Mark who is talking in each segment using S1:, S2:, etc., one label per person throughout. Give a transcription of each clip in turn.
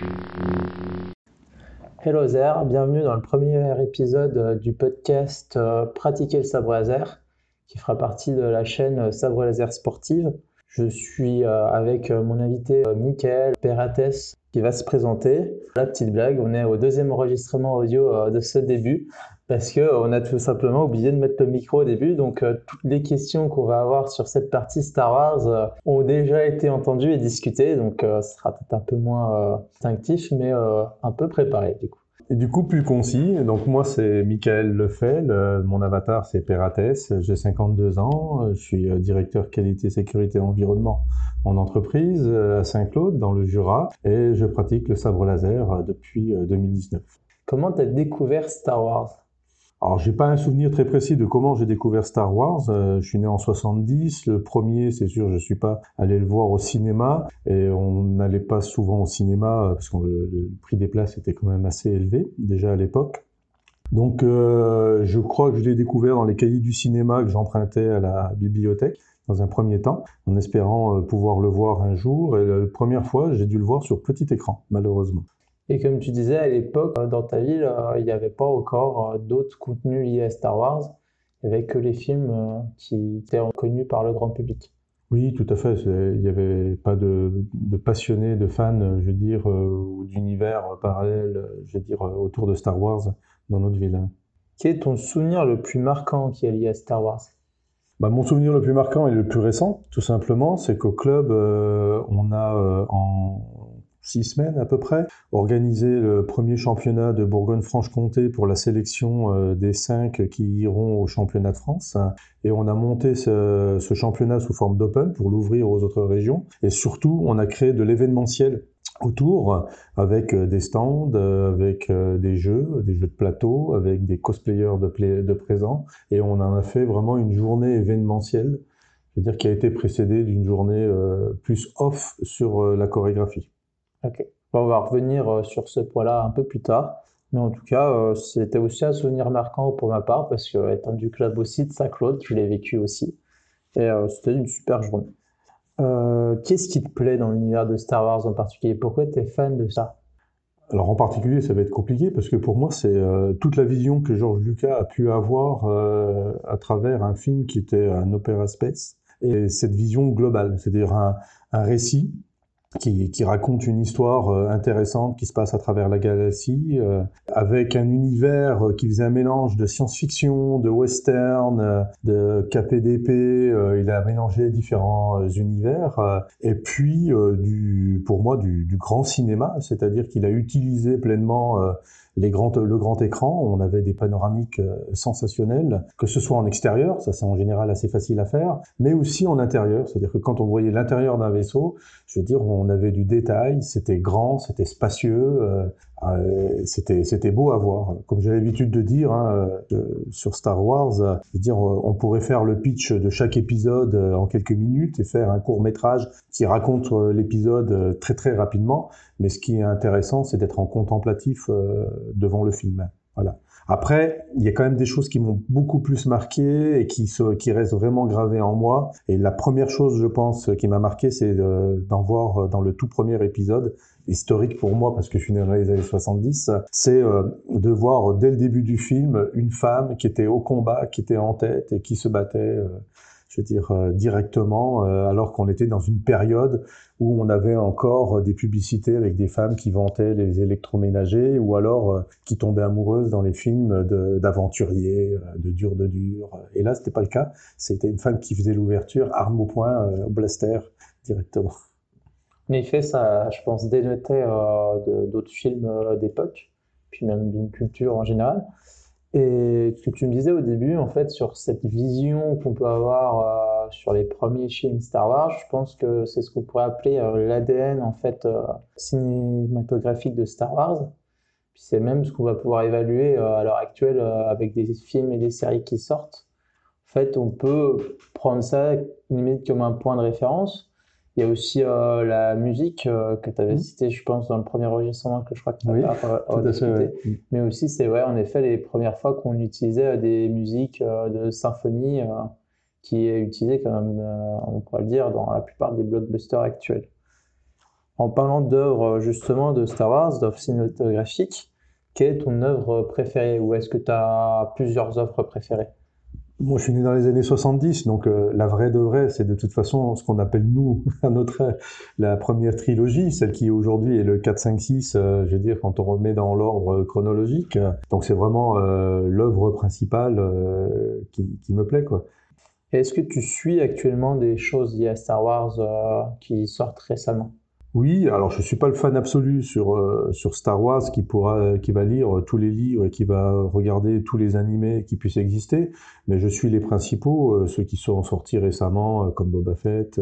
S1: Hello there, bienvenue dans le premier épisode du podcast Pratiquer le sabre laser qui fera partie de la chaîne Sabre Laser Sportive. Je suis avec mon invité Mickaël Perates qui va se présenter. La petite blague, on est au deuxième enregistrement audio de ce début parce qu'on a tout simplement oublié de mettre le micro au début. Donc toutes les questions qu'on va avoir sur cette partie Star Wars ont déjà été entendues et discutées. Donc ce sera peut-être un peu moins instinctif mais un peu préparé du coup.
S2: Et du coup, plus concis. Donc moi, c'est Mickaël Lefel. Mon avatar, c'est Perates. J'ai 52 ans. Je suis directeur qualité, sécurité et environnement en entreprise à Saint-Claude, dans le Jura. Et je pratique le sabre laser depuis 2019.
S1: Comment tu as découvert Star Wars ?
S2: Alors, j'ai pas un souvenir très précis de comment j'ai découvert Star Wars. Je suis né en 70. Le premier, c'est sûr, je suis pas allé le voir au cinéma. Et on n'allait pas souvent au cinéma parce que le prix des places était quand même assez élevé, déjà à l'époque. Donc, je crois que je l'ai découvert dans les cahiers du cinéma que j'empruntais à la bibliothèque dans un premier temps, en espérant pouvoir le voir un jour. Et la première fois, j'ai dû le voir sur petit écran, malheureusement.
S1: Et comme tu disais, à l'époque, dans ta ville, il n'y avait pas encore d'autres contenus liés à Star Wars. Il n'y avait que les films qui étaient connus par le grand public.
S2: Oui, tout à fait. Il n'y avait pas de passionnés, de fans, je veux dire, ou d'univers parallèle, je veux dire, autour de Star Wars dans notre ville.
S1: Quel est ton souvenir le plus marquant qui est lié à Star Wars ?
S2: Mon souvenir le plus marquant et le plus récent, tout simplement, c'est qu'au club, on a en 6 semaines à peu près organisé le premier championnat de Bourgogne-Franche-Comté pour la sélection des 5 qui iront au championnat de France. Et on a monté ce championnat sous forme d'open pour l'ouvrir aux autres régions. Et surtout, on a créé de l'événementiel autour, avec des stands, avec des jeux de plateau, avec des cosplayers de présents, et on en a fait vraiment une journée événementielle, c'est-à-dire qui a été précédée d'une journée plus off sur la chorégraphie.
S1: Ok. Bon, on va revenir sur ce point-là un peu plus tard. Mais en tout cas, c'était aussi un souvenir marquant pour ma part, parce que étant du club aussi de Saint-Claude, je l'ai vécu aussi. Et c'était une super journée. Qu'est-ce qui te plaît dans l'univers de Star Wars en particulier ? Pourquoi tu es fan de ça ?
S2: Alors en particulier, ça va être compliqué parce que pour moi, c'est toute la vision que George Lucas a pu avoir à travers un film qui était un opéra space. Et cette vision globale, c'est-à-dire un récit qui raconte une histoire intéressante qui se passe à travers la galaxie, avec un univers qui faisait un mélange de science-fiction, de western, de KPDP. Il a mélangé différents univers. Et puis, pour moi, du grand cinéma, c'est-à-dire qu'il a utilisé pleinement le grand écran. On avait des panoramiques sensationnelles, que ce soit en extérieur, ça c'est en général assez facile à faire, mais aussi en intérieur, c'est-à-dire que quand on voyait l'intérieur d'un vaisseau, je veux dire, on avait du détail, c'était grand, c'était spacieux, c'était beau à voir. Comme j'ai l'habitude de dire sur Star Wars, je veux dire, on pourrait faire le pitch de chaque épisode en quelques minutes et faire un court-métrage qui raconte l'épisode très très rapidement, mais ce qui est intéressant, c'est d'être en contemplatif devant le film. Voilà. Après, il y a quand même des choses qui m'ont beaucoup plus marqué et qui restent vraiment gravées en moi. Et la première chose, je pense, qui m'a marqué, c'est d'en voir dans le tout premier épisode, historique pour moi parce que je suis né dans les années 70, c'est de voir dès le début du film une femme qui était au combat, qui était en tête et qui se battait je veux dire, directement, alors qu'on était dans une période où on avait encore des publicités avec des femmes qui vantaient les électroménagers ou alors qui tombaient amoureuses dans les films d'aventuriers, de dur. Et là, c'était pas le cas. C'était une femme qui faisait l'ouverture, arme au poing, blaster, directement.
S1: En effet, ça, je pense, dénotait d'autres films d'époque, puis même d'une culture en général. Et ce que tu me disais au début, en fait, sur cette vision qu'on peut avoir sur les premiers films Star Wars, je pense que c'est ce qu'on pourrait appeler l'ADN en fait cinématographique de Star Wars. Puis c'est même ce qu'on va pouvoir évaluer à l'heure actuelle avec des films et des séries qui sortent. En fait, on peut prendre ça limite comme un point de référence. Il y a aussi la musique que tu avais citée, je pense, dans le premier enregistrement que je crois que tu as discuté.
S2: Oui.
S1: Mais aussi, c'est vrai, en effet, les premières fois qu'on utilisait des musiques de symphonie qui est utilisée quand même, on pourrait le dire, dans la plupart des blockbusters actuels. En parlant d'œuvres justement de Star Wars, d'œuvres cinématographiques, quelle est ton œuvre préférée ou est-ce que tu as plusieurs œuvres préférées?
S2: Moi, je suis né dans les années 70, donc la vraie de vraie, c'est de toute façon ce qu'on appelle, nous, à notre ère, la première trilogie, celle qui aujourd'hui est le 4, 5, 6, je veux dire, quand on remet dans l'ordre chronologique. Donc c'est vraiment l'œuvre principale qui me plaît, quoi.
S1: Est-ce que tu suis actuellement des choses liées à Star Wars qui sortent récemment?
S2: Oui, alors je suis pas le fan absolu sur Star Wars qui va lire tous les livres et qui va regarder tous les animés qui puissent exister, mais je suis les principaux, ceux qui sont sortis récemment, comme Boba Fett,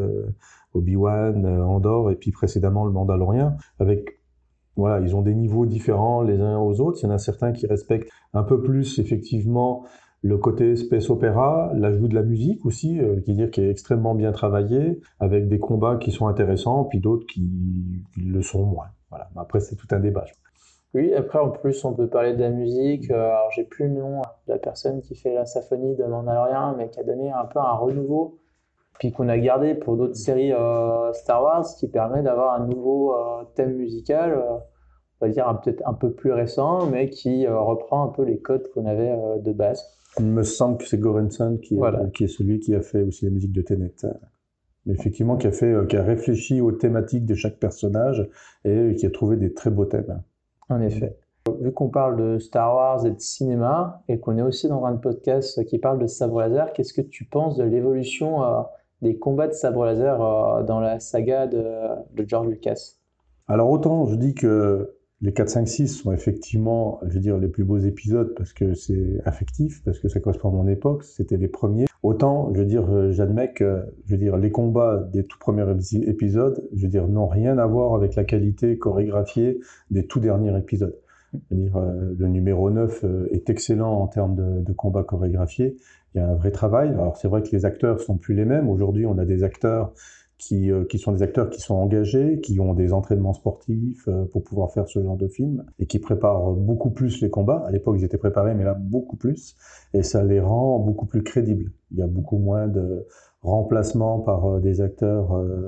S2: Obi-Wan, Andor, et puis précédemment le Mandalorian, avec voilà, ils ont des niveaux différents les uns aux autres. Il y en a certains qui respectent un peu plus effectivement le côté space opéra, l'ajout de la musique aussi, qui est extrêmement bien travaillé, avec des combats qui sont intéressants, puis d'autres qui le sont moins. Voilà. Après, c'est tout un débat.
S1: Oui, après en plus on peut parler de la musique. Alors j'ai plus le nom de la personne qui fait la symphonie de Mandalorian, mais qui a donné un peu un renouveau, puis qu'on a gardé pour d'autres séries Star Wars, qui permet d'avoir un nouveau thème musical, on va dire peut-être un peu plus récent, mais qui reprend un peu les codes qu'on avait de base.
S2: Il me semble que c'est Göransson
S1: Voilà.
S2: qui est celui qui a fait aussi la musique de Tenet. Mais effectivement, qui a réfléchi aux thématiques de chaque personnage et qui a trouvé des très beaux thèmes.
S1: En effet. Vu qu'on parle de Star Wars et de cinéma, et qu'on est aussi dans un podcast qui parle de sabre laser, qu'est-ce que tu penses de l'évolution des combats de sabre laser dans la saga de George Lucas?
S2: Alors autant je dis que les 4, 5, 6 sont effectivement, je veux dire, les plus beaux épisodes parce que c'est affectif, parce que ça correspond à mon époque, c'était les premiers. Autant, je veux dire, j'admets que, je veux dire, les combats des tout premiers épisodes, je veux dire, n'ont rien à voir avec la qualité chorégraphiée des tout derniers épisodes. Je veux dire, le numéro 9 est excellent en termes de combats chorégraphiés. Il y a un vrai travail. Alors c'est vrai que les acteurs sont plus les mêmes. Aujourd'hui, on a des acteurs qui sont des acteurs qui sont engagés, qui ont des entraînements sportifs pour pouvoir faire ce genre de film et qui préparent beaucoup plus les combats. À l'époque, ils étaient préparés, mais là, beaucoup plus. Et ça les rend beaucoup plus crédibles. Il y a beaucoup moins de remplacements par des acteurs,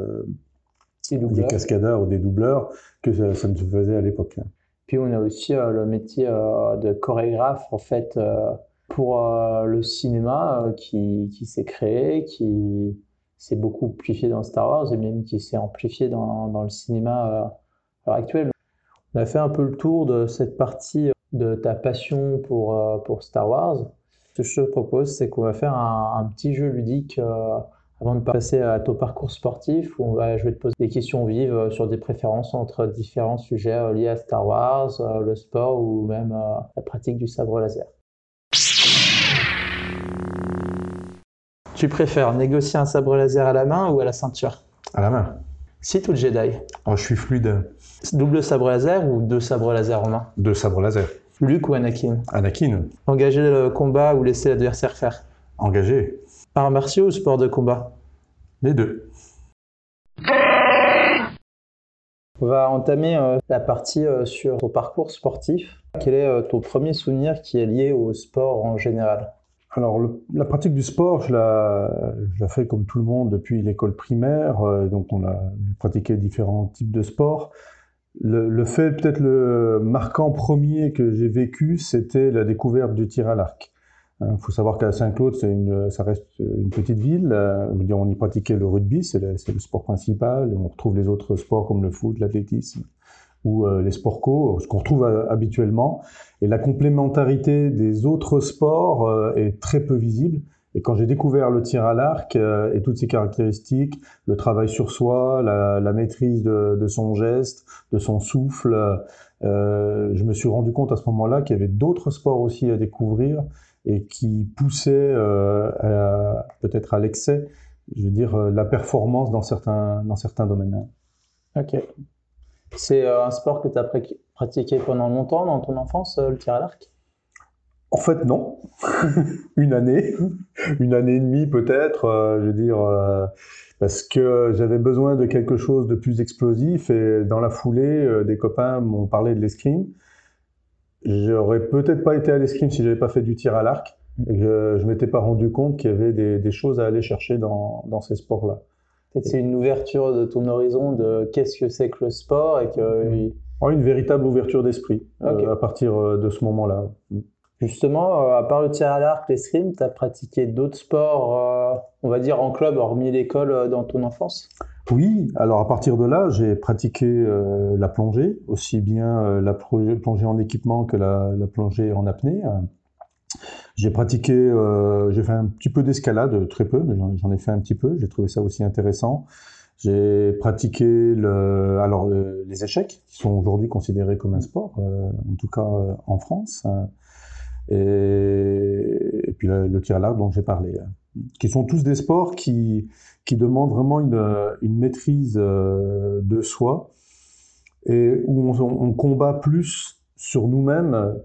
S2: des cascadeurs ou des doubleurs que ça ne se faisait à l'époque.
S1: Puis on a aussi le métier de chorégraphe, en fait, pour le cinéma qui s'est créé, qui s'est beaucoup amplifié dans Star Wars et même qui s'est amplifié dans le cinéma à l'heure actuelle. On a fait un peu le tour de cette partie de ta passion pour Star Wars. Ce que je te propose, c'est qu'on va faire un petit jeu ludique avant de passer à ton parcours sportif, où je vais te poser des questions vives sur des préférences entre différents sujets liés à Star Wars, le sport ou même la pratique du sabre laser. Tu préfères négocier un sabre laser à la main ou à la ceinture?
S2: À la main.
S1: Sith ou Jedi?
S2: Oh, je suis fluide.
S1: Double sabre laser ou deux sabres laser en main?
S2: Deux sabres laser.
S1: Luke ou Anakin?
S2: Anakin.
S1: Engager le combat ou laisser l'adversaire faire?
S2: Engagé.
S1: Arts martiaux ou sport de combat?
S2: Les deux.
S1: On va entamer la partie sur ton parcours sportif. Quel est ton premier souvenir qui est lié au sport en général?
S2: Alors, la pratique du sport, je la fais comme tout le monde depuis l'école primaire. Donc, on a pratiqué différents types de sports. Le fait peut-être le marquant premier que j'ai vécu, c'était la découverte du tir à l'arc. Il faut savoir qu'à Saint-Claude, ça reste une petite ville. On y pratiquait le rugby, c'est le sport principal. On retrouve les autres sports comme le foot, l'athlétisme ou les sports co, ce qu'on retrouve habituellement. Et la complémentarité des autres sports est très peu visible. Et quand j'ai découvert le tir à l'arc et toutes ses caractéristiques, le travail sur soi, la maîtrise de son geste, de son souffle, je me suis rendu compte à ce moment-là qu'il y avait d'autres sports aussi à découvrir et qui poussaient peut-être à l'excès, je veux dire, la performance dans certains domaines.
S1: Ok. C'est un sport que tu as pratiqué pendant longtemps dans ton enfance, le tir à l'arc?
S2: En fait, non. une année et demie peut-être, je veux dire, parce que j'avais besoin de quelque chose de plus explosif et dans la foulée, des copains m'ont parlé de l'escrime. J'aurais peut-être pas été à l'escrime si j'avais pas fait du tir à l'arc et que je m'étais pas rendu compte qu'il y avait des choses à aller chercher dans ces sports-là.
S1: C'est une ouverture de ton horizon de qu'est-ce que c'est que le sport et que...
S2: Une véritable ouverture d'esprit
S1: Ok.
S2: à partir de ce moment-là.
S1: Justement, à part le tir à l'arc, l'escrime, tu as pratiqué d'autres sports, on va dire en club, hormis l'école, dans ton enfance?
S2: Oui, alors à partir de là, j'ai pratiqué la plongée, aussi bien plongée en équipement que la plongée en apnée. J'ai pratiqué, j'ai fait un petit peu d'escalade, très peu, mais j'en ai fait un petit peu. J'ai trouvé ça aussi intéressant. J'ai pratiqué les échecs, qui sont aujourd'hui considérés comme un sport, en tout cas en France, et puis le tir à l'arc dont j'ai parlé, qui sont tous des sports qui demandent vraiment une maîtrise de soi et où on combat plus sur nous-mêmes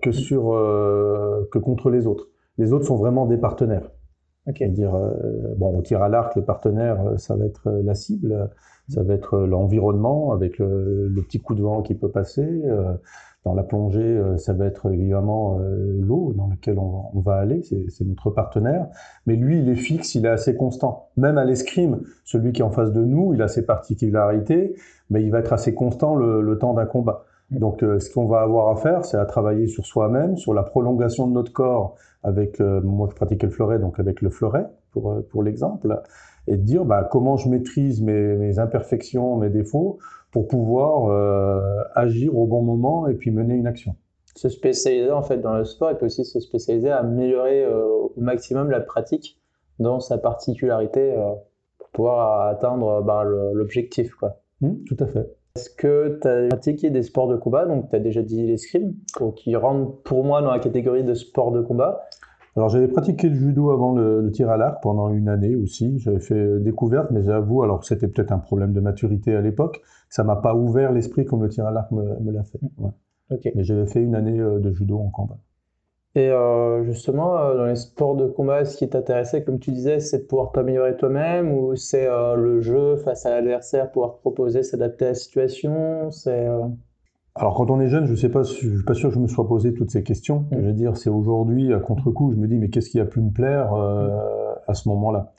S2: que contre les autres. Les autres sont vraiment des partenaires.
S1: Ok.
S2: C'est-à-dire, au tir à l'arc, le partenaire, ça va être la cible, ça va être l'environnement avec le petit coup de vent qui peut passer. Dans la plongée, ça va être évidemment l'eau dans laquelle on va aller, c'est notre partenaire. Mais lui, il est fixe, il est assez constant. Même à l'escrime, celui qui est en face de nous, il a ses particularités, mais il va être assez constant le temps d'un combat. Donc, ce qu'on va avoir à faire, c'est à travailler sur soi-même, sur la prolongation de notre corps avec, moi je pratiquais le fleuret, donc avec le fleuret pour l'exemple, et de dire comment je maîtrise mes imperfections, mes défauts, pour pouvoir agir au bon moment et puis mener une action.
S1: Se spécialiser en fait dans le sport et puis aussi se spécialiser à améliorer au maximum la pratique dans sa particularité pour pouvoir atteindre l'objectif, quoi.
S2: Tout à fait.
S1: Est-ce que tu as pratiqué des sports de combat? Donc tu as déjà dit l'escrime, qui rentre pour moi dans la catégorie de sport de combat.
S2: Alors j'avais pratiqué le judo avant le tir à l'arc pendant une année aussi. J'avais fait découverte, mais j'avoue, alors c'était peut-être un problème de maturité à l'époque, ça m'a pas ouvert l'esprit comme le tir à l'arc me l'a fait. Ouais.
S1: Ok.
S2: Mais j'avais fait une année de judo en combat.
S1: Et justement, dans les sports de combat, ce qui t'intéressait, comme tu disais, c'est de pouvoir t'améliorer toi-même ou c'est le jeu face à l'adversaire, pouvoir te proposer, s'adapter à la situation,
S2: Alors quand on est jeune, je suis pas sûr que je me sois posé toutes ces questions. Je veux dire, c'est aujourd'hui, à contre-coup, je me dis, mais qu'est-ce qui a pu me plaire à ce moment-là?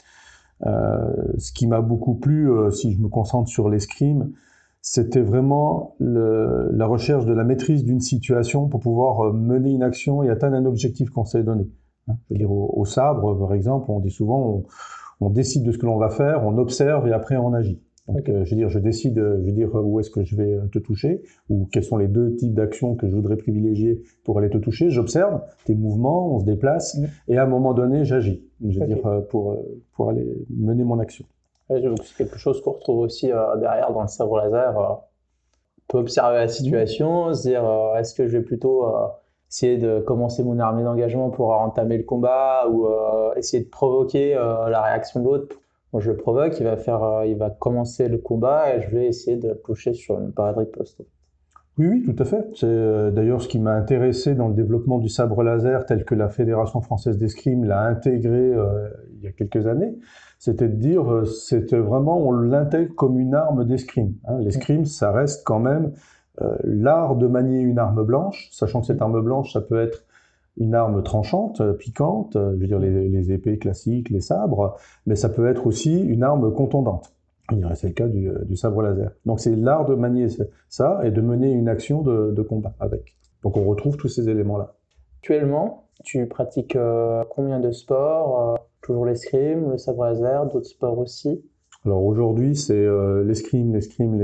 S2: Ce qui m'a beaucoup plu, si je me concentre sur l'escrime, c'était vraiment la recherche de la maîtrise d'une situation pour pouvoir mener une action et atteindre un objectif qu'on s'est donné. Je veux dire, au sabre, par exemple, on dit souvent, on décide de ce que l'on va faire, on observe et après on agit. Donc, je veux dire, je décide, où est-ce que je vais te toucher, ou quels sont les deux types d'actions que je voudrais privilégier pour aller te toucher. J'observe tes mouvements, on se déplace, et à un moment donné, j'agis. Je veux dire, pour aller mener mon action.
S1: Ouais, c'est quelque chose qu'on retrouve aussi derrière dans le sabre laser. On peut observer la situation, se dire est-ce que je vais plutôt essayer de commencer mon armée d'engagement pour entamer le combat ou essayer de provoquer la réaction de l'autre. Moi, je le provoque, il va commencer le combat et je vais essayer de toucher sur une parade riposte.
S2: Oui, tout à fait. C'est d'ailleurs ce qui m'a intéressé dans le développement du sabre laser tel que la Fédération française d'escrime l'a intégré il y a quelques années. C'était de dire, c'était vraiment, on l'intègre comme une arme d'escrime. L'escrime, ça reste quand même l'art de manier une arme blanche, sachant que cette arme blanche, ça peut être une arme tranchante, piquante, je veux dire les épées classiques, les sabres, mais ça peut être aussi une arme contondante. C'est le cas du sabre laser. Donc c'est l'art de manier ça et de mener une action de combat avec. Donc on retrouve tous ces éléments-là.
S1: Actuellement, tu pratiques combien de sports? Toujours l'escrime, le sabre laser, d'autres sports aussi?
S2: Alors aujourd'hui, c'est l'escrime.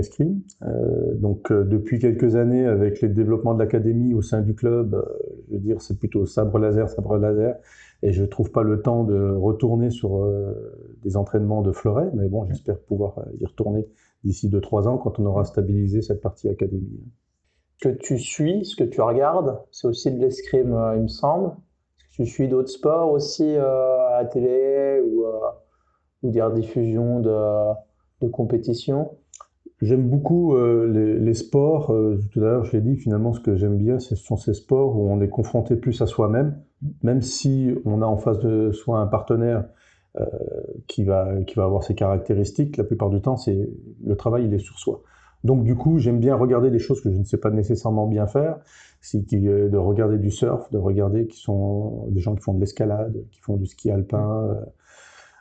S2: Donc depuis quelques années, avec les développements de l'académie au sein du club, je veux dire, c'est plutôt sabre laser. Et je trouve pas le temps de retourner sur des entraînements de fleuret, mais bon, j'espère pouvoir y retourner d'ici 2-3 ans quand on aura stabilisé cette partie académie.
S1: Ce que tu suis, ce que tu regardes, c'est aussi de l'escrime, il me semble. Est-ce que tu suis d'autres sports aussi à la télé ou des rediffusions de compétitions?
S2: J'aime beaucoup les sports. Tout à l'heure, je l'ai dit, finalement, ce que j'aime bien, ce sont ces sports où on est confronté plus à soi-même, même si on a en face de soi un partenaire qui va avoir ses caractéristiques. La plupart du temps, le travail, il est sur soi. Donc, du coup, j'aime bien regarder des choses que je ne sais pas nécessairement bien faire, de regarder du surf, de regarder qui sont des gens qui font de l'escalade, qui font du ski alpin,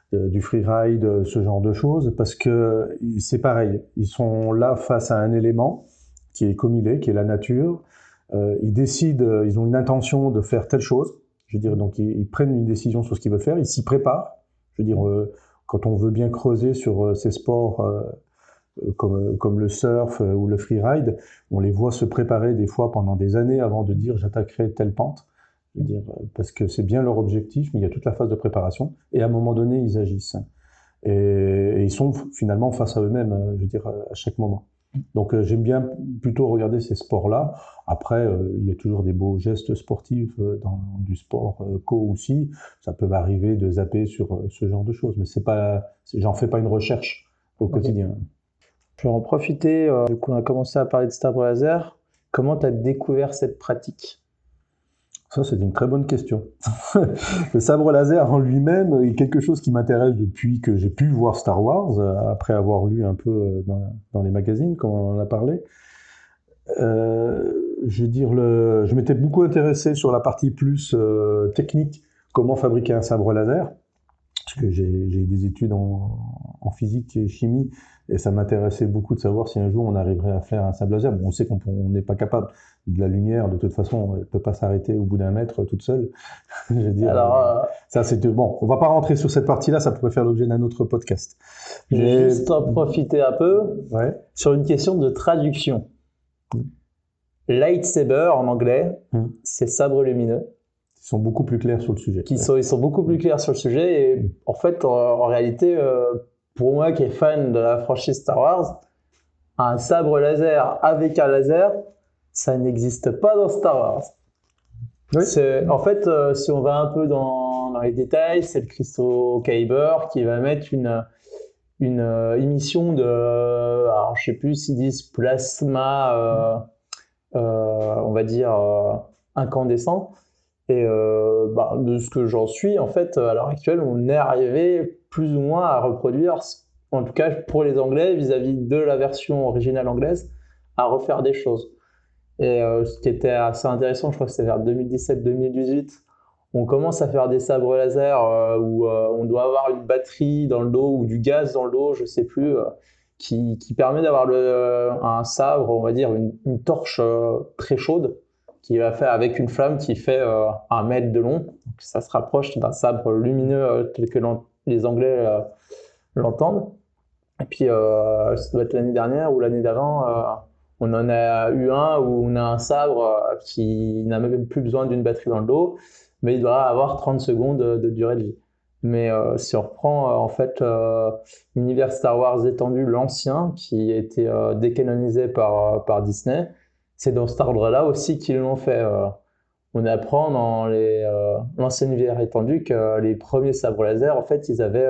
S2: du freeride, ce genre de choses, parce que c'est pareil, ils sont là face à un élément qui est comme il est, qui est la nature. Ils décident, ils ont une intention de faire telle chose. Je veux dire, donc ils prennent une décision sur ce qu'ils veulent faire, ils s'y préparent. Je veux dire, quand on veut bien creuser sur ces sports comme le surf ou le freeride, on les voit se préparer des fois pendant des années avant de dire j'attaquerai telle pente. Je veux dire, parce que c'est bien leur objectif, mais il y a toute la phase de préparation, et à un moment donné, ils agissent. Et ils sont finalement face à eux-mêmes, je veux dire, à chaque moment. Donc j'aime bien plutôt regarder ces sports-là. Après, il y a toujours des beaux gestes sportifs dans du sport co aussi. Ça peut m'arriver de zapper sur ce genre de choses, mais j'en fais pas une recherche au quotidien.
S1: Je vais en profiter, du coup on a commencé à parler de sabre laser. Comment tu as découvert cette pratique?
S2: Ça, c'est une très bonne question. Le sabre laser en lui-même est quelque chose qui m'intéresse depuis que j'ai pu voir Star Wars, après avoir lu un peu dans les magazines, comme on en a parlé. Je veux dire, je m'étais beaucoup intéressé sur la partie plus technique, comment fabriquer un sabre laser, parce que j'ai eu des études en physique et chimie, et ça m'intéressait beaucoup de savoir si un jour on arriverait à faire un sabre laser. Bon, on sait qu'on n'est pas capable. De la lumière, de toute façon, elle ne peut pas s'arrêter au bout d'un mètre toute seule. Je veux dire,
S1: Alors,
S2: ça, bon, on va pas rentrer sur cette partie-là, ça pourrait faire l'objet d'un autre podcast.
S1: je vais juste en profiter un peu sur une question de traduction. Lightsaber en anglais, c'est sabre lumineux.
S2: Ils sont beaucoup plus clairs sur le sujet.
S1: Ils sont beaucoup plus clairs sur le sujet. Et en fait, en réalité, pour moi qui est fan de la franchise Star Wars, un sabre laser avec un laser, ça n'existe pas dans Star Wars. Oui. En fait, si on va un peu dans les détails, c'est le crystal Kyber qui va mettre une émission de, alors je sais plus s'ils disent plasma, on va dire incandescent. Et de ce que j'en suis, en fait, à l'heure actuelle, on est arrivé plus ou moins à reproduire, en tout cas pour les Anglais, vis-à-vis de la version originale anglaise, à refaire des choses. Et ce qui était assez intéressant, je crois que c'était vers 2017-2018, on commence à faire des sabres laser où on doit avoir une batterie dans le dos ou du gaz dans le dos, je sais plus, qui permet d'avoir un sabre, on va dire une torche très chaude, qui va faire avec une flamme qui fait 1 mètre de long. Donc, ça se rapproche d'un sabre lumineux tel que les Anglais l'entendent. Et puis, ça doit être l'année dernière ou l'année d'avant, on en a eu un où on a un sabre qui n'a même plus besoin d'une batterie dans le dos, mais il doit avoir 30 secondes de durée de vie. Mais si on reprend en fait l'univers Star Wars étendu, l'ancien, qui a été décanonisé par Disney, c'est dans cet ordre-là aussi qu'ils l'ont fait. On apprend dans l'ancien univers étendu que les premiers sabres laser, en fait, ils avaient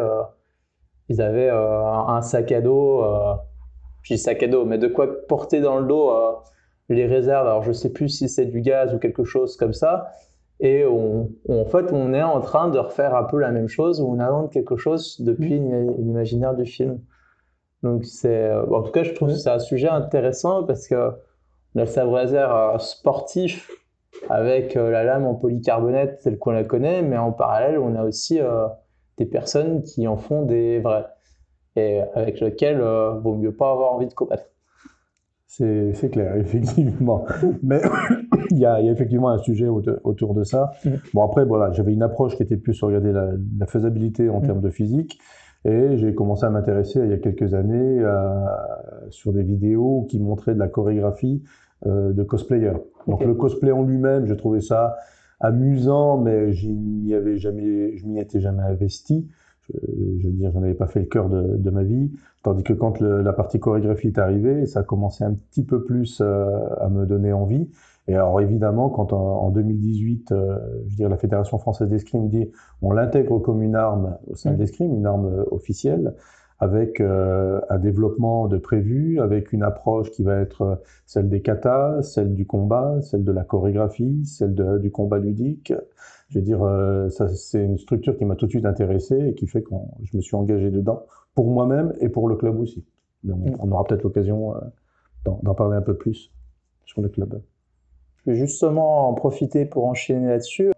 S1: un sac à dos, je dis sac à dos, mais de quoi porter dans le dos les réserves. Alors, je sais plus si c'est du gaz ou quelque chose comme ça. Et en fait, on est en train de refaire un peu la même chose, où on invente quelque chose depuis l'imaginaire du film. Donc, en tout cas, je trouve que c'est un sujet intéressant parce que le sabre laser sportif avec la lame en polycarbonate telle qu'on la connaît, mais en parallèle, on a aussi des personnes qui en font des vrais et avec lesquels vaut mieux pas avoir envie de combattre.
S2: C'est clair, effectivement. Mais il y a effectivement un sujet autour de ça. Bon, après, voilà, j'avais une approche qui était plus sur regarder la faisabilité en termes de physique. Et j'ai commencé à m'intéresser il y a quelques années sur des vidéos qui montraient de la chorégraphie de cosplayers. Donc le cosplay en lui-même, je trouvais ça amusant, mais je m'y étais jamais investi. Je veux dire, j'en avais pas fait le cœur de ma vie. Tandis que quand la partie chorégraphie est arrivée, ça a commencé un petit peu plus à me donner envie. Et alors évidemment, quand en 2018, je veux dire, la Fédération française d'escrime dit on l'intègre comme une arme au sein de l'escrime, une arme officielle, avec un développement de prévu, avec une approche qui va être celle des katas, celle du combat, celle de la chorégraphie, celle du combat ludique. Je veux dire, ça, c'est une structure qui m'a tout de suite intéressé et qui fait que je me suis engagé dedans, pour moi-même et pour le club aussi. Mais on aura peut-être l'occasion d'en parler un peu plus sur le club.
S1: Je vais justement en profiter pour enchaîner là-dessus. Je vais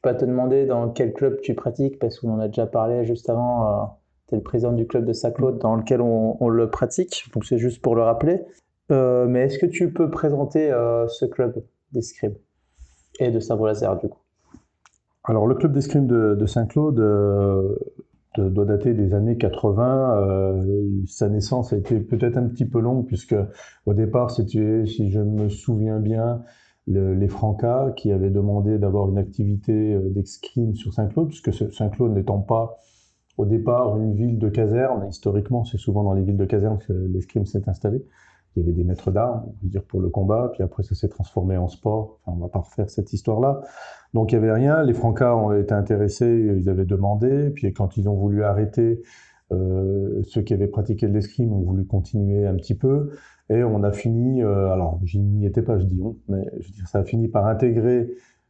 S1: pas te demander dans quel club tu pratiques, parce qu'on en a déjà parlé juste avant. Tu es le président du club de Saint-Claude dans lequel on le pratique, donc c'est juste pour le rappeler. Mais est-ce que tu peux présenter ce club d'escrime et de sabre laser du coup?
S2: Alors, le club d'escrime de Saint-Claude doit dater des années 80. Sa naissance a été peut-être un petit peu longue, puisque au départ, c'était, si je me souviens bien, les Francas qui avaient demandé d'avoir une activité d'escrime sur Saint-Claude, puisque Saint-Claude n'étant pas au départ une ville de caserne. Historiquement, c'est souvent dans les villes de caserne que l'escrime s'est installé. Il y avait des maîtres d'armes, je veux dire, pour le combat, puis après ça s'est transformé en sport. Enfin, on va pas refaire cette histoire-là. Donc il y avait rien. Les Francas ont été intéressés, ils avaient demandé, puis quand ils ont voulu arrêter, ceux qui avaient pratiqué de l'escrime ont voulu continuer un petit peu, et on a fini, alors je n'y étais pas, je dis on, mais je veux dire, ça a fini par intégrer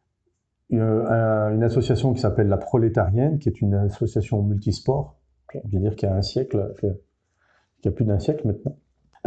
S2: une association qui s'appelle la Prolétarienne, qui est une association multisport, je veux dire qu'il y a un siècle, qu'il y a plus d'un siècle maintenant,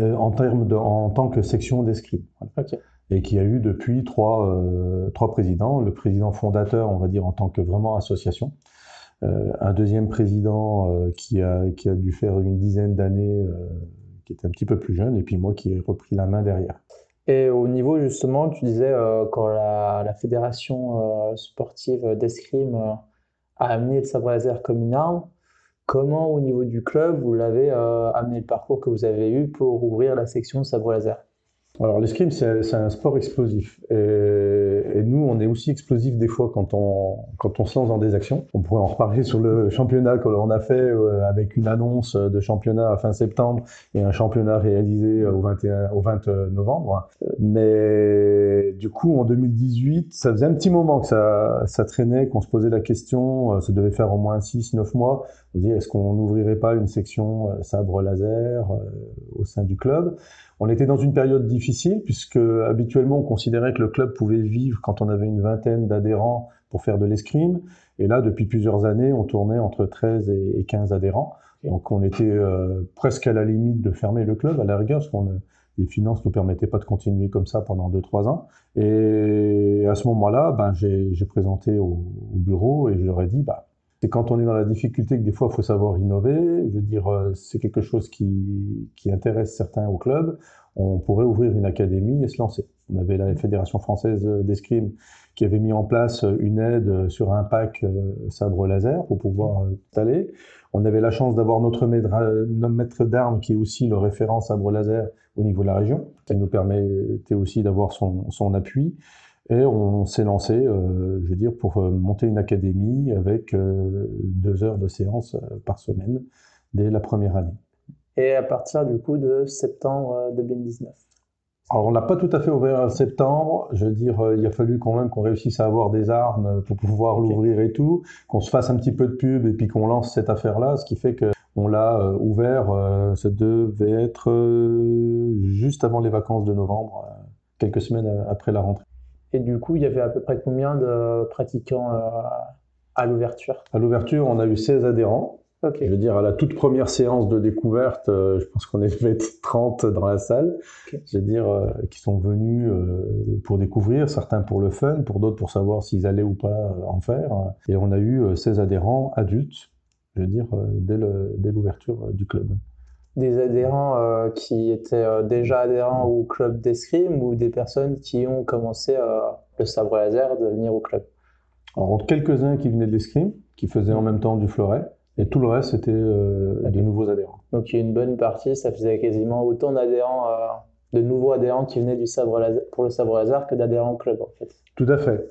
S2: en tant que section d'escrime. Voilà.
S1: Ok.
S2: Et qui a eu depuis trois présidents. Le président fondateur, on va dire, en tant que vraiment association. Un deuxième président qui a dû faire une dizaine d'années, qui était un petit peu plus jeune, et puis moi qui ai repris la main derrière.
S1: Et au niveau, justement, tu disais quand la fédération sportive d'escrime a amené le sabre laser comme une arme, comment au niveau du club vous l'avez amené le parcours que vous avez eu pour ouvrir la section sabre laser?
S2: Alors l'escrime, c'est un sport explosif. Et nous, on est aussi explosif des fois quand on se lance dans des actions. On pourrait en reparler sur le championnat que l'on a fait avec une annonce de championnat à fin septembre et un championnat réalisé au 20 novembre. Mais du coup, en 2018, ça faisait un petit moment que ça traînait, qu'on se posait la question. Ça devait faire au moins 6-9 mois. On se dit, est-ce qu'on n'ouvrirait pas une section sabre laser au sein du club? On était dans une période difficile, puisque habituellement on considérait que le club pouvait vivre quand on avait une vingtaine d'adhérents pour faire de l'escrime. Et là, depuis plusieurs années, on tournait entre 13 et 15 adhérents. Donc on était presque à la limite de fermer le club, à la rigueur, parce que les finances ne nous permettaient pas de continuer comme ça pendant 2-3 ans. Et à ce moment-là, j'ai présenté au bureau et je leur ai dit, c'est quand on est dans la difficulté que des fois il faut savoir innover. Je veux dire, c'est quelque chose qui intéresse certains au club. On pourrait ouvrir une académie et se lancer. On avait la Fédération française d'escrime qui avait mis en place une aide sur un pack sabre laser pour pouvoir installer. On avait la chance d'avoir notre maître d'armes qui est aussi le référent sabre laser au niveau de la région. Ça nous permettait aussi d'avoir son appui. Et on s'est lancé, je veux dire, pour monter une académie avec 2 heures de séance par semaine dès la première année.
S1: Et à partir du coup de septembre 2019.
S2: Alors on n'a pas tout à fait ouvert en septembre, je veux dire, il a fallu quand même qu'on réussisse à avoir des armes pour pouvoir l'ouvrir et tout, qu'on se fasse un petit peu de pub et puis qu'on lance cette affaire-là, ce qui fait qu'on l'a ouvert, ça devait être juste avant les vacances de novembre, quelques semaines après la rentrée.
S1: Et du coup, il y avait à peu près combien de pratiquants à l'ouverture?
S2: À l'ouverture, on a eu 16 adhérents.
S1: Okay.
S2: Je veux dire, à la toute première séance de découverte, je pense qu'on devait être 30 dans la salle. Okay. Je veux dire, qui sont venus pour découvrir, certains pour le fun, pour d'autres pour savoir s'ils allaient ou pas en faire. Et on a eu 16 adhérents adultes, je veux dire, dès l'ouverture du club.
S1: Des adhérents qui étaient déjà adhérents au club d'escrime ou des personnes qui ont commencé le sabre laser de venir au club?
S2: Alors, quelques-uns qui venaient de l'escrime, qui faisaient en même temps du fleuret, et tout le reste, c'était de nouveaux adhérents.
S1: Donc, il y a une bonne partie, ça faisait quasiment autant d'adhérents, de nouveaux adhérents qui venaient du sabre laser, pour le sabre laser que d'adhérents au club, en fait.
S2: Tout à fait.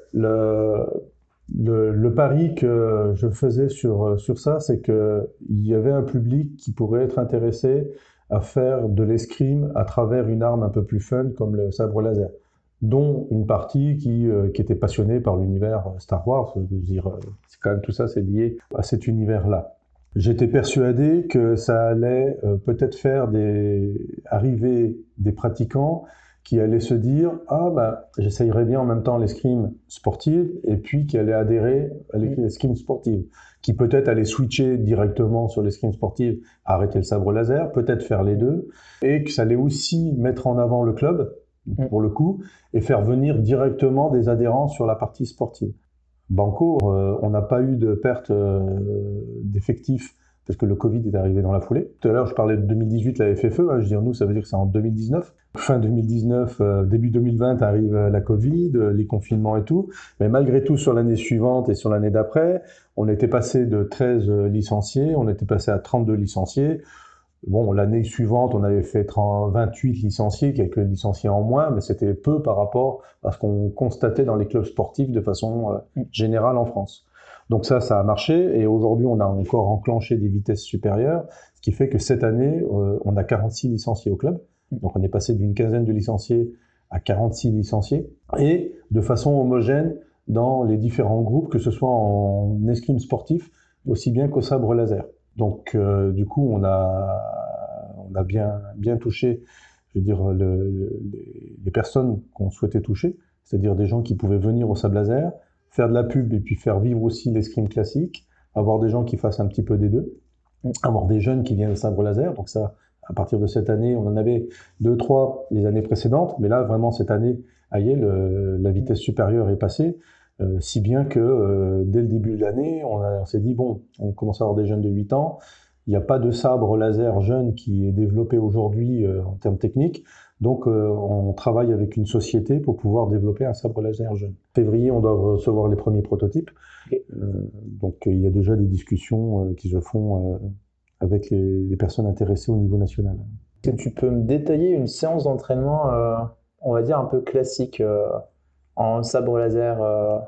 S2: Le pari que je faisais sur ça, c'est qu'il y avait un public qui pourrait être intéressé à faire de l'escrime à travers une arme un peu plus fun comme le sabre laser, dont une partie qui était passionnée par l'univers Star Wars. Je veux dire, c'est quand même tout ça, c'est lié à cet univers-là. J'étais persuadé que ça allait peut-être faire arriver des pratiquants qui allaient se dire « Ah, j'essayerais bien en même temps l'escrime sportive » et puis qui allaient adhérer à l'escrime sportive, qui peut-être allaient switcher directement sur l'escrime sportive, arrêter le sabre laser, peut-être faire les deux, et que ça allait aussi mettre en avant le club, pour le coup, et faire venir directement des adhérents sur la partie sportive. banco. On n'a pas eu de perte d'effectifs parce que le Covid est arrivé dans la foulée. Tout à l'heure, je parlais de 2018, la FFE, hein, je dis nous, ça veut dire que c'est en 2019. Fin 2019, début 2020, arrive la Covid, les confinements et tout. Mais malgré tout, sur l'année suivante et sur l'année d'après, on était passé de 13 licenciés, on était passé à 32 licenciés. Bon, l'année suivante, on avait fait 28 licenciés, quelques licenciés en moins, mais c'était peu par rapport à ce qu'on constatait dans les clubs sportifs de façon générale en France. Donc ça a marché, et aujourd'hui, on a encore enclenché des vitesses supérieures, ce qui fait que cette année, on a 46 licenciés au club. Donc on est passé d'une quinzaine de licenciés à 46 licenciés, et de façon homogène dans les différents groupes, que ce soit en escrime sportif, aussi bien qu'au sabre laser. Donc, du coup, on a bien touché, je veux dire, les personnes qu'on souhaitait toucher, c'est-à-dire des gens qui pouvaient venir au sabre laser, faire de la pub et puis faire vivre aussi l'escrime classique, avoir des gens qui fassent un petit peu des deux, avoir des jeunes qui viennent au sabre laser. Donc ça, à partir de cette année, on en avait 2, 3 les années précédentes, mais là, vraiment, cette année, la vitesse supérieure est passée. Si bien que dès le début de l'année, on s'est dit, bon, on commence à avoir des jeunes de 8 ans, il n'y a pas de sabre laser jeune qui est développé aujourd'hui en termes techniques, donc on travaille avec une société pour pouvoir développer un sabre laser jeune. En février, on doit recevoir les premiers prototypes, donc il y a déjà des discussions qui se font avec les personnes intéressées au niveau national.
S1: Est-ce que tu peux me détailler une séance d'entraînement, on va dire un peu classique, en sabre laser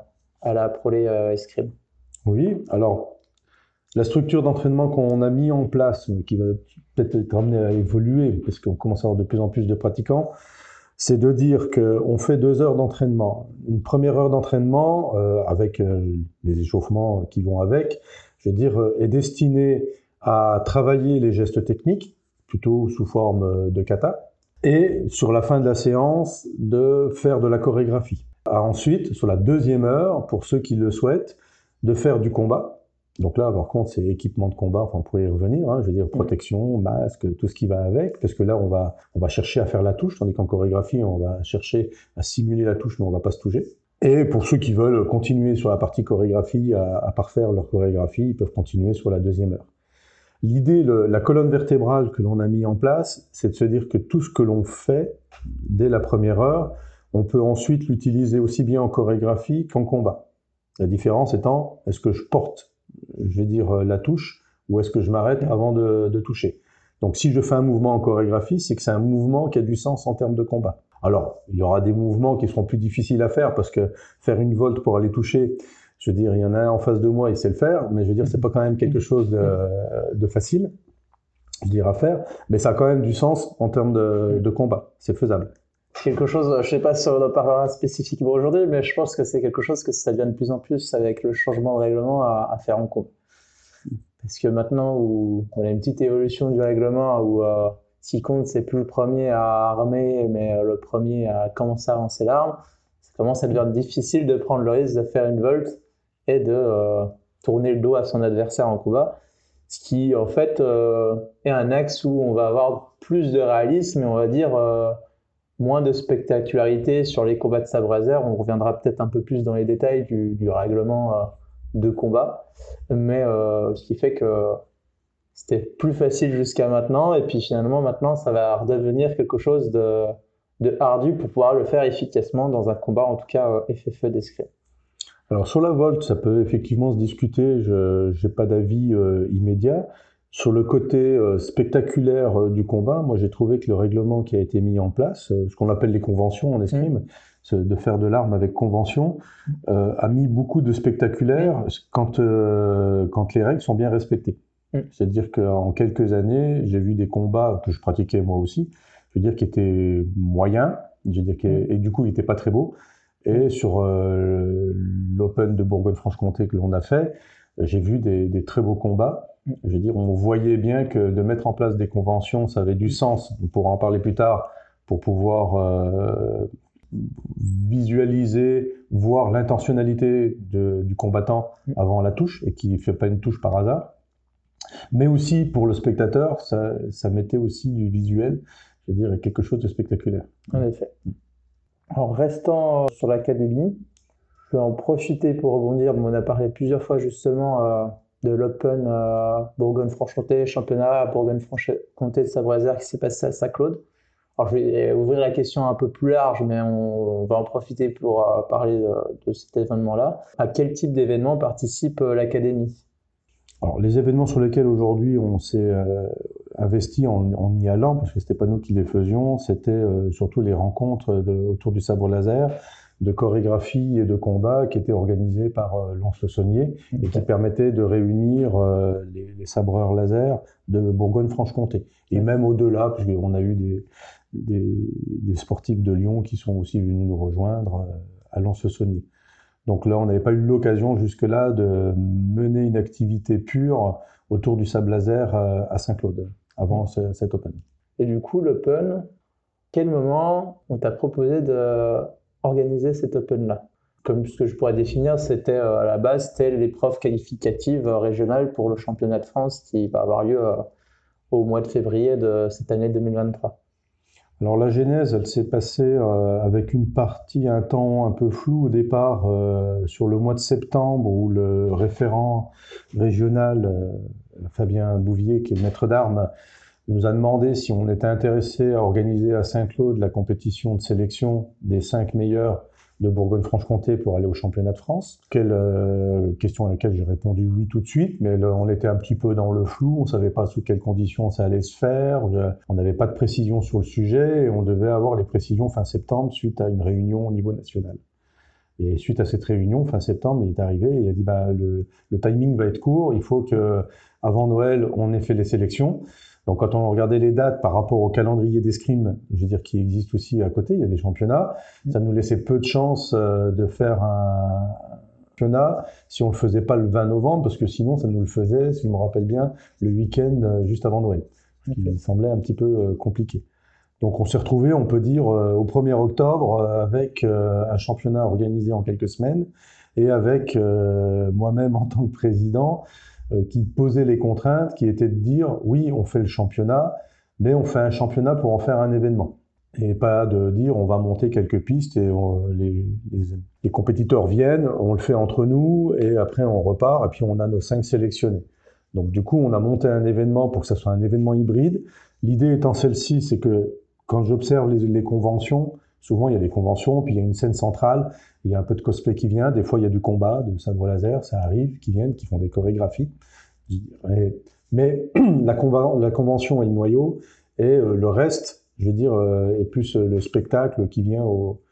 S1: à la Prolé Escrime?
S2: Oui, alors la structure d'entraînement qu'on a mis en place, qui va peut-être être amenée à évoluer, parce qu'on commence à avoir de plus en plus de pratiquants, c'est de dire qu'on fait 2 heures d'entraînement. Une première heure d'entraînement, avec les échauffements qui vont avec, je veux dire, est destinée à travailler les gestes techniques, plutôt sous forme de kata, et sur la fin de la séance, de faire de la chorégraphie. Ensuite, sur la 2e heure, pour ceux qui le souhaitent, de faire du combat. Donc là, par contre, c'est équipement de combat, enfin, on pourrait y revenir, hein, je veux dire protection, masque, tout ce qui va avec, parce que là, on va chercher à faire la touche, tandis qu'en chorégraphie, on va chercher à simuler la touche, mais on va pas se toucher. Et pour ceux qui veulent continuer sur la partie chorégraphie, à parfaire leur chorégraphie, ils peuvent continuer sur la 2e heure. L'idée, la colonne vertébrale que l'on a mis en place, c'est de se dire que tout ce que l'on fait dès la première heure, on peut ensuite l'utiliser aussi bien en chorégraphie qu'en combat. La différence étant, est-ce que je porte, je vais dire, la touche, ou est-ce que je m'arrête avant de toucher? Donc si je fais un mouvement en chorégraphie, c'est que c'est un mouvement qui a du sens en termes de combat. Alors, il y aura des mouvements qui seront plus difficiles à faire, parce que faire une volte pour aller toucher, je veux dire, il y en a un en face de moi, il sait le faire, mais je veux dire, c'est pas quand même quelque chose de facile, je dirais, à faire, mais ça a quand même du sens en termes de combat, c'est faisable.
S1: Quelque chose, je sais pas si on en parlera spécifiquement aujourd'hui, mais je pense que c'est quelque chose que ça devient de plus en plus avec le changement de règlement à faire en compte. Parce que maintenant, où on a une petite évolution du règlement où ce qui compte, c'est plus le premier à armer, mais le premier à commencer à lancer l'arme, ça commence à devenir difficile de prendre le risque de faire une volte et de tourner le dos à son adversaire en combat. Ce qui, en fait, est un axe où on va avoir plus de réalisme et on va dire moins de spectacularité sur les combats de sabre laser. On reviendra peut-être un peu plus dans les détails du règlement de combat, mais ce qui fait que c'était plus facile jusqu'à maintenant, et puis finalement maintenant ça va redevenir quelque chose de ardu pour pouvoir le faire efficacement dans un combat, en tout cas FFE d'escrime.
S2: Alors sur la volte, ça peut effectivement se discuter, je n'ai pas d'avis immédiat. Sur le côté spectaculaire du combat, moi j'ai trouvé que le règlement qui a été mis en place, ce qu'on appelle les conventions en escrime, de faire de l'arme avec convention, a mis beaucoup de spectaculaire quand les règles sont bien respectées. C'est-à-dire qu'en quelques années, j'ai vu des combats que je pratiquais moi aussi, je veux dire qui étaient moyens, je veux dire et du coup ils n'étaient pas très beaux. Et sur l'Open de Bourgogne-Franche-Comté que l'on a fait, j'ai vu des très beaux combats. Je veux dire, on voyait bien que de mettre en place des conventions, ça avait du sens. On pourra en parler plus tard pour pouvoir visualiser, voir l'intentionnalité du combattant avant la touche et qui ne fait pas une touche par hasard. Mais aussi pour le spectateur, ça mettait aussi du visuel, je veux dire, quelque chose de spectaculaire.
S1: En effet. En restant sur l'académie, Je vais en profiter pour rebondir. On a parlé plusieurs fois justement de l'Open Bourgogne-Franche-Comté, championnat Bourgogne-Franche-Comté de Sabre-Laser qui s'est passé à Saint-Claude. Alors je vais ouvrir la question un peu plus large, mais on va en profiter pour parler de cet événement-là. À quel type d'événement participe l'Académie?
S2: Alors, les événements sur lesquels aujourd'hui on s'est investi en y allant, parce que c'était pas nous qui les faisions, c'était surtout les rencontres autour du sabre laser, de chorégraphie et de combat qui étaient organisées par Lons-le-Saunier et qui permettaient de réunir les sabreurs laser de Bourgogne-Franche-Comté. Et même au-delà, puisqu'on a eu des sportifs de Lyon qui sont aussi venus nous rejoindre à Lons-le-Saunier. Donc là, on n'avait pas eu l'occasion jusque-là de mener une activité pure autour du sabre laser à Saint-Claude, avant cet Open.
S1: Et du coup, l'Open, quel moment on t'a proposé d'organiser cet Open-là? Comme ce que je pourrais définir, c'était à la base, c'était l'épreuve qualificative régionale pour le championnat de France qui va avoir lieu au mois de février de cette année 2023.
S2: Alors la genèse, elle s'est passée avec une partie, un temps un peu flou au départ, sur le mois de septembre, où le référent régional, Fabien Bouvier, qui est le maître d'armes, nous a demandé si on était intéressé à organiser à Saint-Claude la compétition de sélection des 5 meilleurs de Bourgogne-Franche-Comté pour aller au championnat de France. Question à laquelle j'ai répondu oui tout de suite, mais on était un petit peu dans le flou, on ne savait pas sous quelles conditions ça allait se faire, on n'avait pas de précision sur le sujet, et on devait avoir les précisions fin septembre suite à une réunion au niveau national. Et suite à cette réunion, fin septembre, il est arrivé et il a dit le timing va être court, il faut qu'avant Noël, on ait fait les sélections. Donc quand on regardait les dates par rapport au calendrier d'escrime, je veux dire qui existe aussi à côté, il y a des championnats, ça nous laissait peu de chances de faire un championnat si on le faisait pas le 20 novembre, parce que sinon ça nous le faisait, si je me rappelle bien, le week-end juste avant Noël. Il semblait un petit peu compliqué. Donc on s'est retrouvé, on peut dire, au 1er octobre avec un championnat organisé en quelques semaines et avec moi-même en tant que président qui posait les contraintes, qui étaient de dire oui, on fait le championnat, mais on fait un championnat pour en faire un événement. Et pas de dire on va monter quelques pistes et les compétiteurs viennent, on le fait entre nous et après on repart et puis on a nos 5 sélectionnés. Donc du coup, on a monté un événement pour que ça soit un événement hybride. L'idée étant celle-ci, c'est que quand j'observe les conventions, souvent il y a des conventions, puis il y a une scène centrale, il y a un peu de cosplay qui vient, des fois il y a du combat, de sabre laser, ça arrive, qui viennent, qui font des chorégraphies. Mais la convention est le noyau, et le reste, je veux dire, est plus le spectacle qui vient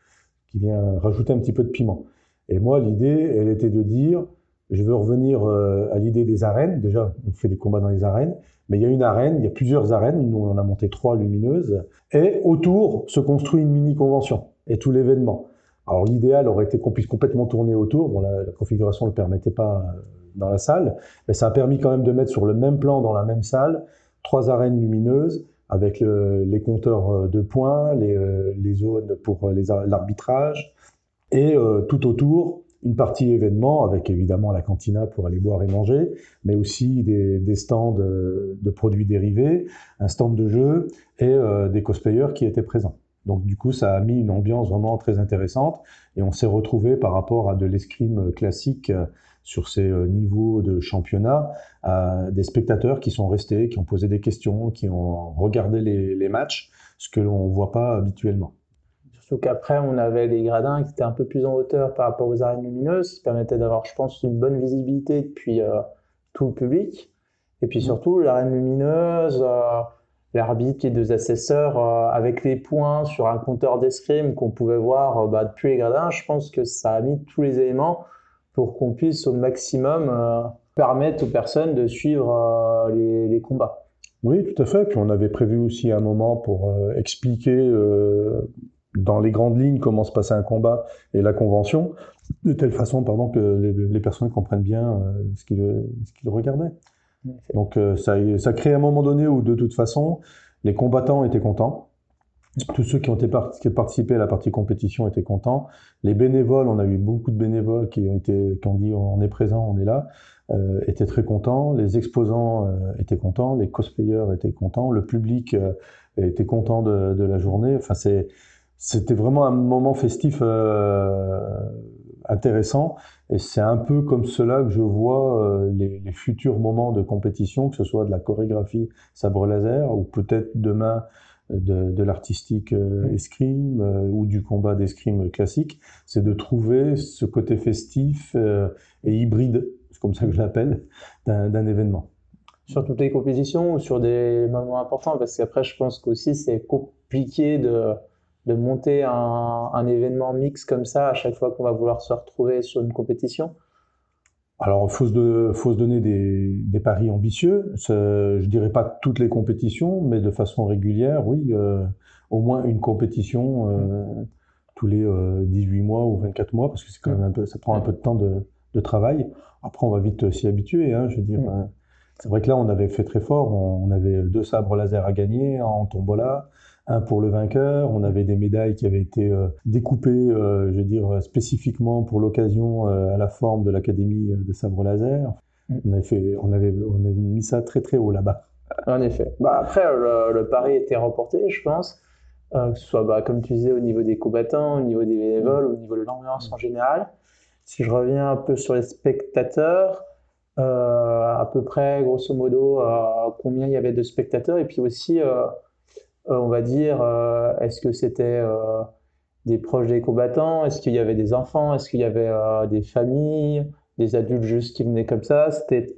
S2: rajouter un petit peu de piment. Et moi, l'idée, elle était de dire, je veux revenir à l'idée des arènes. Déjà, on fait des combats dans les arènes, mais il y a une arène, il y a plusieurs arènes, nous on en a monté 3 lumineuses, et autour se construit une mini-convention, et tout l'événement. Alors l'idéal aurait été qu'on puisse complètement tourner autour, bon la configuration ne le permettait pas dans la salle, mais ça a permis quand même de mettre sur le même plan, dans la même salle, 3 arènes lumineuses, avec les compteurs de points, les zones pour l'arbitrage, et tout autour, une partie événement, avec évidemment la cantina pour aller boire et manger, mais aussi des stands de produits dérivés, un stand de jeux, et des cosplayers qui étaient présents. Donc du coup, ça a mis une ambiance vraiment très intéressante, et on s'est retrouvé par rapport à de l'escrime classique sur ces niveaux de championnat, des spectateurs qui sont restés, qui ont posé des questions, qui ont regardé les matchs, ce que l'on ne voit pas habituellement.
S1: Surtout qu'après, on avait les gradins qui étaient un peu plus en hauteur par rapport aux arènes lumineuses, qui permettaient d'avoir, je pense, une bonne visibilité depuis tout le public. Et puis surtout, l'arène lumineuse, l'arbitre, les 2 assesseurs, avec les points sur un compteur d'escrime qu'on pouvait voir depuis les gradins, je pense que ça a mis tous les éléments pour qu'on puisse au maximum permettre aux personnes de suivre les combats.
S2: Oui, tout à fait. Puis on avait prévu aussi un moment pour expliquer dans les grandes lignes comment se passait un combat et la convention, de telle façon que les personnes comprennent bien ce qu'ils regardaient. Donc ça crée un moment donné où de toute façon les combattants étaient contents, tous ceux qui ont participé à la partie compétition étaient contents, les bénévoles, on a eu beaucoup de bénévoles qui ont dit on est présent, on est là, étaient très contents, les exposants étaient contents, les cosplayers étaient contents, le public était content de la journée. Enfin c'était vraiment un moment festif intéressant. Et c'est un peu comme cela que je vois les futurs moments de compétition, que ce soit de la chorégraphie sabre laser ou peut-être demain de l'artistique escrime ou du combat d'escrime classique. C'est de trouver ce côté festif et hybride, c'est comme ça que je l'appelle, d'un événement.
S1: Sur toutes les compétitions ou sur des moments importants? Parce qu'après, je pense qu'aussi c'est compliqué de monter un événement mix comme ça à chaque fois qu'on va vouloir se retrouver sur une compétition.
S2: Alors, faut se donner des paris ambitieux. Je dirais pas toutes les compétitions, mais de façon régulière, oui, au moins une compétition tous les 18 mois ou 24 mois, parce que c'est quand même ça prend un peu de temps de travail. Après, on va vite s'y habituer, hein, je veux dire. C'est vrai que là, on avait fait très fort. On avait 2 sabres laser à gagner en tombola, un pour le vainqueur. On avait des médailles qui avaient été découpées, je veux dire, spécifiquement pour l'occasion à la forme de l'Académie des sabres laser. On avait mis ça très très haut là-bas.
S1: En effet. Après, le pari était remporté, je pense. Que ce soit, comme tu disais, au niveau des combattants, au niveau des bénévoles, au niveau de l'ambiance en général. Si je reviens un peu sur les spectateurs, à peu près, grosso modo, combien il y avait de spectateurs, et puis aussi, on va dire, est-ce que c'était des proches des combattants, est-ce qu'il y avait des enfants, est-ce qu'il y avait des familles, des adultes juste qui venaient comme ça, c'était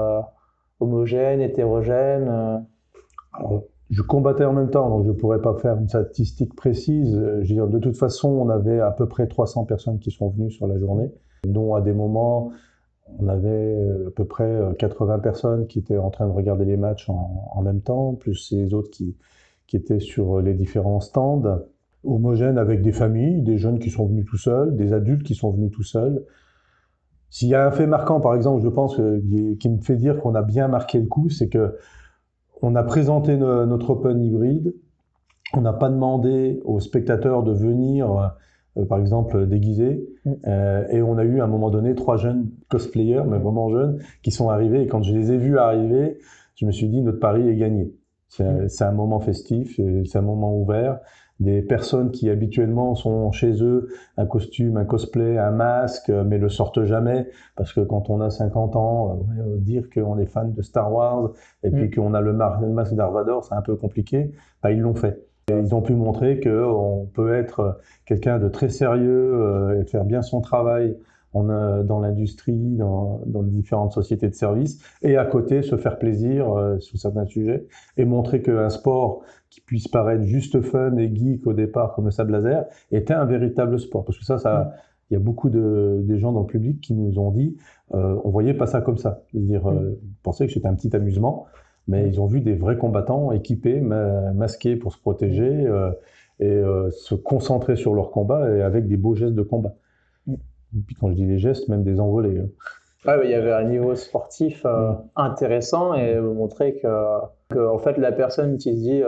S1: homogène, hétérogène?
S2: Alors, je combattais en même temps, donc je ne pourrais pas faire une statistique précise. Je veux dire, de toute façon, on avait à peu près 300 personnes qui sont venues sur la journée, dont à des moments, on avait à peu près 80 personnes qui étaient en train de regarder les matchs en même temps, plus les autres qui étaient sur les différents stands, homogènes avec des familles, des jeunes qui sont venus tout seuls, des adultes qui sont venus tout seuls. S'il y a un fait marquant, par exemple, je pense, qui me fait dire qu'on a bien marqué le coup, c'est que on a présenté notre Open hybride, on n'a pas demandé aux spectateurs de venir, par exemple, déguisés, et on a eu à un moment donné 3 jeunes cosplayers, mais vraiment jeunes, qui sont arrivés, et quand je les ai vus arriver, je me suis dit, notre pari est gagné. C'est un moment festif, c'est un moment ouvert. Des personnes qui habituellement sont chez eux, un costume, un cosplay, un masque, mais le sortent jamais, parce que quand on a 50 ans, dire qu'on est fan de Star Wars, et puis qu'on a le masque Darth Vader, c'est un peu compliqué, ils l'ont fait. Et ils ont pu montrer qu'on peut être quelqu'un de très sérieux et faire bien son travail dans l'industrie, dans différentes sociétés de services, et à côté se faire plaisir sur certains sujets, et montrer qu'un sport qui puisse paraître juste fun et geek au départ, comme le sabre laser, était un véritable sport. Parce que il y a beaucoup des gens dans le public qui nous ont dit, on voyait pas ça comme ça. C'est-à-dire, ils pensaient que c'était un petit amusement, mais ils ont vu des vrais combattants équipés, masqués pour se protéger, et se concentrer sur leur combat, et avec des beaux gestes de combat. Et puis quand je dis des gestes, même des envolées.
S1: Il y avait un niveau sportif intéressant, et montrer que en fait, la personne qui se dit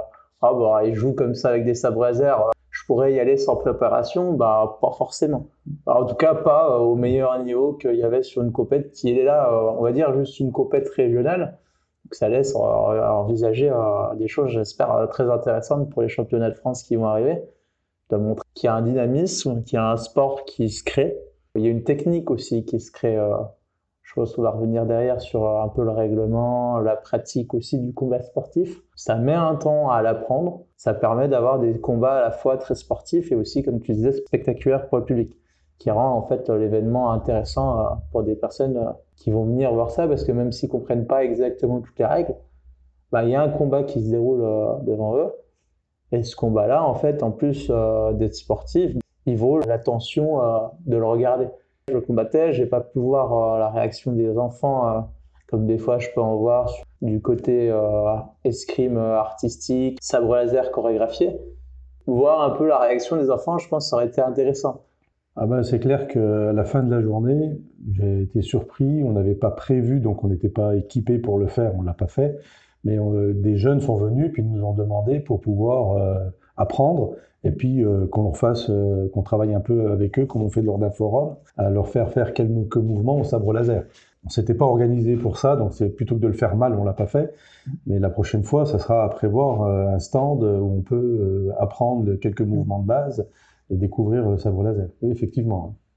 S1: il joue comme ça avec des sabres laser, je pourrais y aller sans préparation, pas forcément. En tout cas, pas au meilleur niveau qu'il y avait sur une compète qui est là, on va dire juste une compète régionale. Donc ça laisse envisager des choses, j'espère, très intéressantes pour les championnats de France qui vont arriver. De montrer qu'il y a un dynamisme, qu'il y a un sport qui se crée. Il y a une technique aussi qui se crée. Je pense qu'on va revenir derrière sur un peu le règlement, la pratique aussi du combat sportif. Ça met un temps à l'apprendre. Ça permet d'avoir des combats à la fois très sportifs et aussi, comme tu disais, spectaculaires pour le public, qui rend en fait l'événement intéressant pour des personnes qui vont venir voir ça, parce que même s'ils comprennent pas exactement toutes les règles, il y a un combat qui se déroule devant eux. Et ce combat-là, en fait, en plus d'être sportif, il vaut l'attention de le regarder. Je combattais, j'ai pas pu voir la réaction des enfants, comme des fois je peux en voir du côté escrime artistique, sabre laser chorégraphié. Voir un peu la réaction des enfants, je pense que ça aurait été intéressant.
S2: C'est clair qu'à la fin de la journée, j'ai été surpris. On n'avait pas prévu, donc on n'était pas équipé pour le faire, on l'a pas fait. Mais des jeunes sont venus puis nous ont demandé pour pouvoir apprendre, et puis qu'on leur fasse, qu'on travaille un peu avec eux, comme on fait lors d'un forum, à leur faire quelques mouvements au sabre laser. On s'était pas organisé pour ça, donc c'est plutôt que de le faire mal, on l'a pas fait. Mais la prochaine fois, ça sera à prévoir un stand où on peut apprendre quelques mouvements de base et découvrir le sabre laser. Oui, effectivement.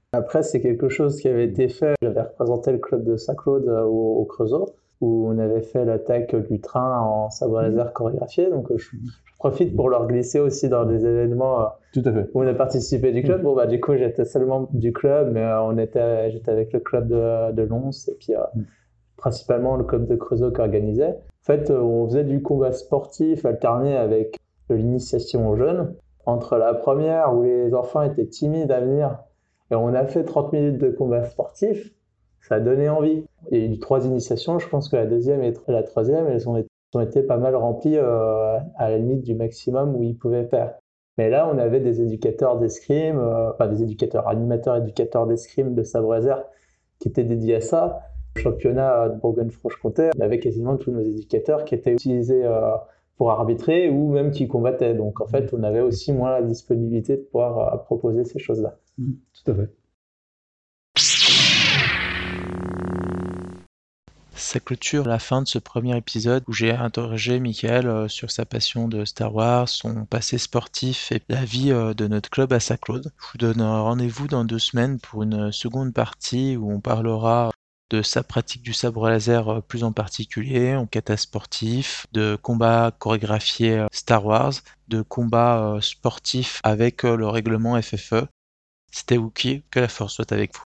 S1: Après, c'est quelque chose qui avait été fait. J'avais représenté le club de Saint-Claude au Creusot, où on avait fait l'attaque du train en sabre laser chorégraphié. Donc, je profite pour leur glisser aussi dans des événements
S2: Tout à fait.
S1: où on a participé du club. Bon, bah, du coup, j'étais seulement du club, mais j'étais avec le club de Lons et puis principalement le club de Creusot qui organisait. En fait, on faisait du combat sportif alterné avec de l'initiation aux jeunes. Entre la première où les enfants étaient timides à venir et on a fait 30 minutes de combat sportif, ça a donné envie. Il y a eu 3 initiations, je pense que la deuxième et la troisième, elles ont été pas mal remplies à la limite du maximum où ils pouvaient faire. Mais là, on avait des éducateurs d'escrime, enfin des éducateurs, animateurs, éducateurs d'escrime de sabre laser qui étaient dédiés à ça. Au championnat de Bourgogne-Franche-Comté, on avait quasiment tous nos éducateurs qui étaient utilisés pour arbitrer ou même qui combattaient. Donc en fait, on avait aussi moins la disponibilité de pouvoir proposer ces choses-là.
S2: Tout à fait.
S3: Ça clôture la fin de ce premier épisode où j'ai interrogé Michael sur sa passion de Star Wars, son passé sportif et la vie de notre club à Saint-Claude. Je vous donne rendez-vous dans 2 semaines pour une seconde partie où on parlera de sa pratique du sabre laser plus en particulier, en kata sportif, de combats chorégraphiés Star Wars, de combats sportifs avec le règlement FFE. C'était Wookie, que la force soit avec vous.